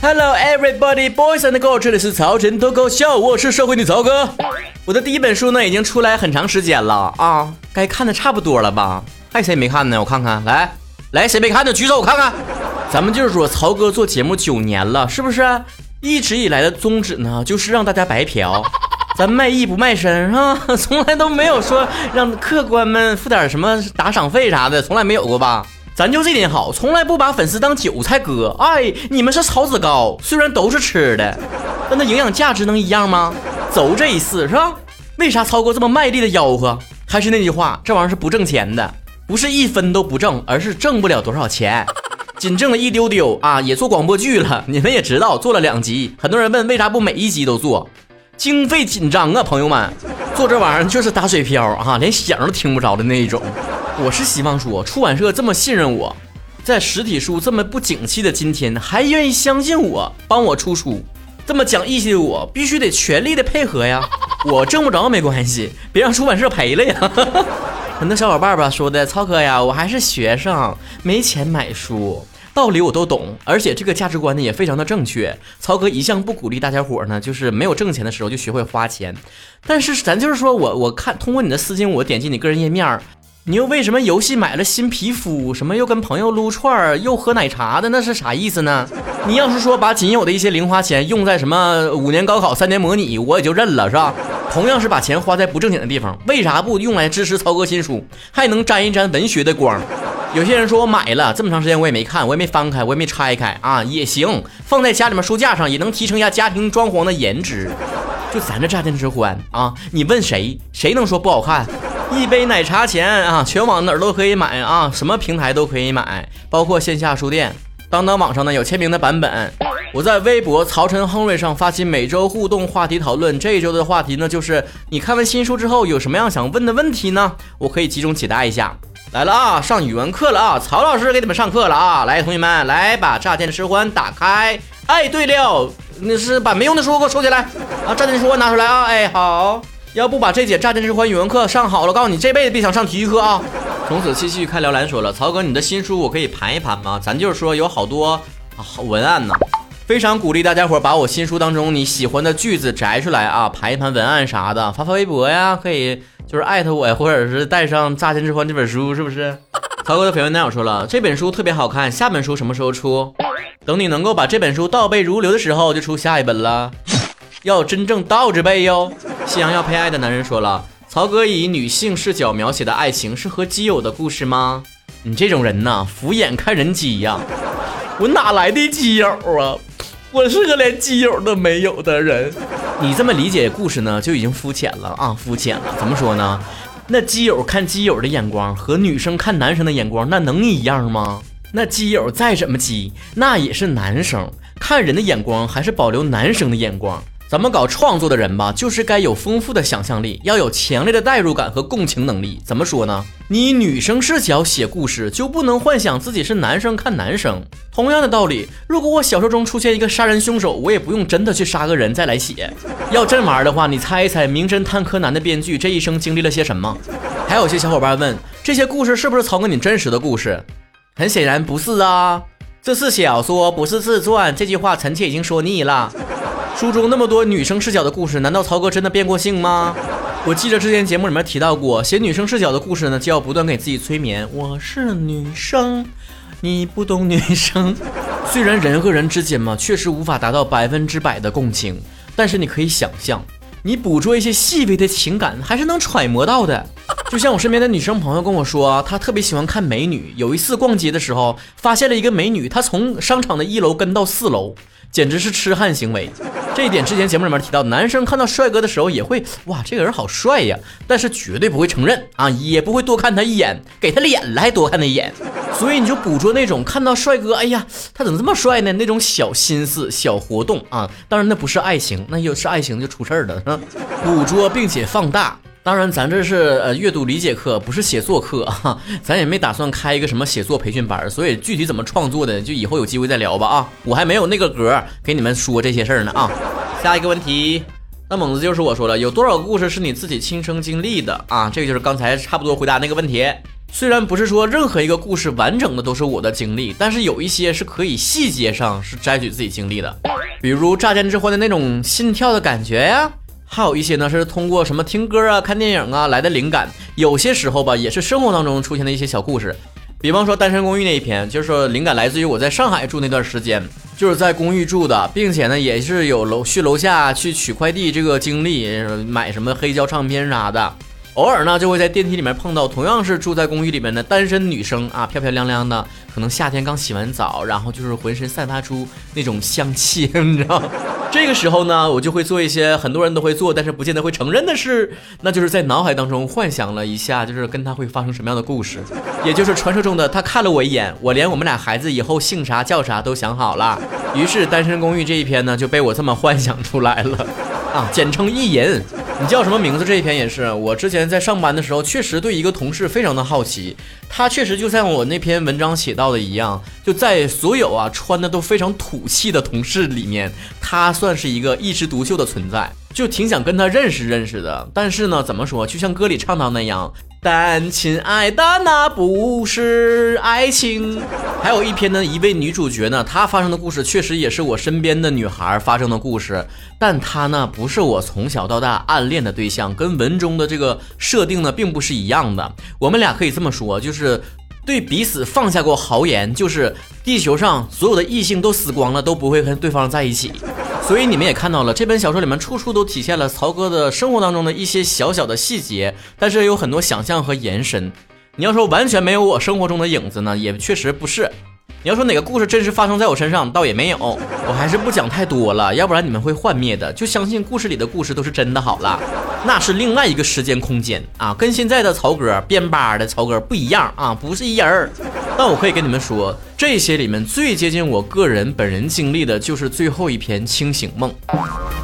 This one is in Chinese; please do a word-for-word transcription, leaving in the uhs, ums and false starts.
Hello everybody, boys and girls， 这里是曹晨脱口秀，我是社会女曹哥。我的第一本书呢已经出来很长时间了啊，该看的差不多了吧？还谁没看呢？我看看，来来，谁没看的举手我看看。咱们就是说，曹哥做节目九年了，是不是？一直以来的宗旨呢，就是让大家白嫖。咱卖艺不卖身啊，从来都没有说让客官们付点什么打赏费啥的，从来没有过吧？咱就这点好，从来不把粉丝当韭菜割。哎，你们是草籽糕，虽然都是吃的，但那营养价值能一样吗？走这一次是吧？为啥曹哥这么卖力的吆喝？还是那句话，这玩意儿是不挣钱的，不是一分都不挣，而是挣不了多少钱，仅挣了一丢丢啊！也做广播剧了，你们也知道，做了两集。很多人问为啥不每一集都做？经费紧张啊，朋友们，做这玩意儿就是打水漂啊，连响都听不着的那一种。我是希望说，出版社这么信任我，在实体书这么不景气的今天，还愿意相信我，帮我出书，这么讲义气的我，必须得全力的配合呀。我挣不着没关系，别让出版社赔了呀。很多小伙伴吧说的，曹哥呀，我还是学生，没钱买书。道理我都懂，而且这个价值观呢也非常的正确。曹哥一向不鼓励大家伙呢，就是没有挣钱的时候就学会花钱。但是咱就是说我我看通过你的私信，我点击你个人页面，你又为什么游戏买了新皮肤，什么又跟朋友撸串又喝奶茶的，那是啥意思呢？你要是说把仅有的一些零花钱用在什么五年高考三年模拟，我也就认了，是吧？同样是把钱花在不正经的地方，为啥不用来支持曹哥新书，还能沾一沾文学的光？有些人说我买了这么长时间我也没看，我也没翻开，我也没拆开啊，也行，放在家里面书架上也能提升一下家庭装潢的颜值。就咱这炸天之欢啊，你问谁，谁能说不好看？一杯奶茶钱啊，全网哪儿都可以买啊，什么平台都可以买，包括线下书店。当当网上呢有签名的版本。我在微博曹晨亨瑞上发起每周互动话题讨论，这一周的话题呢就是你看完新书之后有什么样想问的问题呢？我可以集中解答一下。来了啊，上语文课了啊，曹老师给你们上课了啊！来，同学们，来把炸天的吃欢打开。哎，对了，那是把没用的书给我收起来啊！炸天的吃欢拿出来啊！哎，好，要不把这节炸天之欢语文课上好了，我告诉你，这辈子别想上体育课啊！从此继续看聊栏说了，曹哥，你的新书我可以盘一盘吗？咱就是说有好多啊好文案呢，非常鼓励大家伙把我新书当中你喜欢的句子摘出来啊，盘一盘文案啥的，发发微博呀，可以就是艾特我呀，或者是带上炸天之欢这本书，是不是？曹哥的绯闻男友说了，这本书特别好看，下本书什么时候出？等你能够把这本书倒背如流的时候，就出下一本了。要真正倒着背哟。夕阳要配爱的男人说了，曹哥以女性视角描写的爱情是和基友的故事吗？你这种人呐，俯眼看人机呀！我哪来的基友啊？我是个连基友都没有的人。你这么理解故事呢，就已经肤浅了啊，肤浅了。怎么说呢？那基友看基友的眼光和女生看男生的眼光，那能一样吗？那基友再怎么基，那也是男生，看人的眼光还是保留男生的眼光。咱们搞创作的人吧，就是该有丰富的想象力，要有强烈的代入感和共情能力。怎么说呢？你女生视角写故事，就不能幻想自己是男生看男生。同样的道理，如果我小说中出现一个杀人凶手，我也不用真的去杀个人再来写。要真玩的话，你猜一猜名侦探柯南的编剧这一生经历了些什么？还有些小伙伴问，这些故事是不是曹哥你真实的故事？很显然不是啊，这是小说，不是自传，这句话臣妾已经说腻了。书中那么多女生视角的故事，难道曹哥真的变过性吗？我记得之前节目里面提到过，写女生视角的故事呢，就要不断给自己催眠，我是女生，你不懂女生。虽然人和人之间嘛，确实无法达到百分之百的共情，但是你可以想象，你捕捉一些细微的情感，还是能揣摩到的。就像我身边的女生朋友跟我说，她特别喜欢看美女，有一次逛街的时候发现了一个美女，她从商场的一楼跟到四楼，简直是痴汉行为。这一点之前节目里面提到，男生看到帅哥的时候也会哇这个人好帅呀，但是绝对不会承认啊，也不会多看他一眼，给他脸了还多看他一眼。所以你就捕捉那种看到帅哥哎呀他怎么这么帅呢那种小心思小活动啊，当然那不是爱情，那要是爱情就出事儿了啊。捕捉并且放大，当然咱这是呃阅读理解课，不是写作课啊，咱也没打算开一个什么写作培训班，所以具体怎么创作的就以后有机会再聊吧啊，我还没有那个格给你们说这些事儿呢啊。下一个问题，那猛子就是我说了，有多少个故事是你自己亲身经历的啊？这个就是刚才差不多回答那个问题。 虽然不是说任何一个故事完整的都是我的经历，但是有一些是可以细节上是摘取自己经历的，比如乍见之欢的那种心跳的感觉呀，还有一些呢是通过什么听歌啊、看电影啊来的灵感，有些时候吧也是生活当中出现的一些小故事。比方说单身公寓那一篇，就是说灵感来自于我在上海住那段时间，就是在公寓住的，并且呢也是有楼去楼下去取快递这个经历，买什么黑胶唱片啥的。偶尔呢就会在电梯里面碰到同样是住在公寓里面的单身女生啊，漂漂亮亮的，可能夏天刚洗完澡，然后就是浑身散发出那种香气，你知道。这个时候呢我就会做一些很多人都会做但是不见得会承认的事，那就是在脑海当中幻想了一下，就是跟他会发生什么样的故事，也就是传说中的他看了我一眼，我连我们俩孩子以后姓啥叫啥都想好了。于是单身公寓这一篇呢就被我这么幻想出来了啊，简称意淫。你叫什么名字这一篇也是我之前在上班的时候确实对一个同事非常的好奇，他确实就像我那篇文章写到的一样，就在所有啊穿的都非常土气的同事里面，他算是一个一枝独秀的存在，就挺想跟他认识认识的。但是呢怎么说，就像歌里唱到那样，但亲爱的那不是爱情。还有一篇呢，一位女主角呢，她发生的故事确实也是我身边的女孩发生的故事，但她呢不是我从小到大暗恋的对象，跟文中的这个设定呢并不是一样的。我们俩可以这么说，就是对彼此放下过豪言，就是地球上所有的异性都死光了都不会跟对方在一起。所以你们也看到了，这本小说里面处处都体现了曹哥的生活当中的一些小小的细节，但是有很多想象和延伸。你要说完全没有我生活中的影子呢，也确实不是。你要说哪个故事真实发生在我身上，倒也没有。我还是不讲太多了，要不然你们会幻灭的。就相信故事里的故事都是真的好了，那是另外一个时间空间啊，跟现在的曹哥编吧的曹哥不一样啊，不是一人儿。但我可以跟你们说，这些里面最接近我个人本人经历的就是最后一篇清醒梦。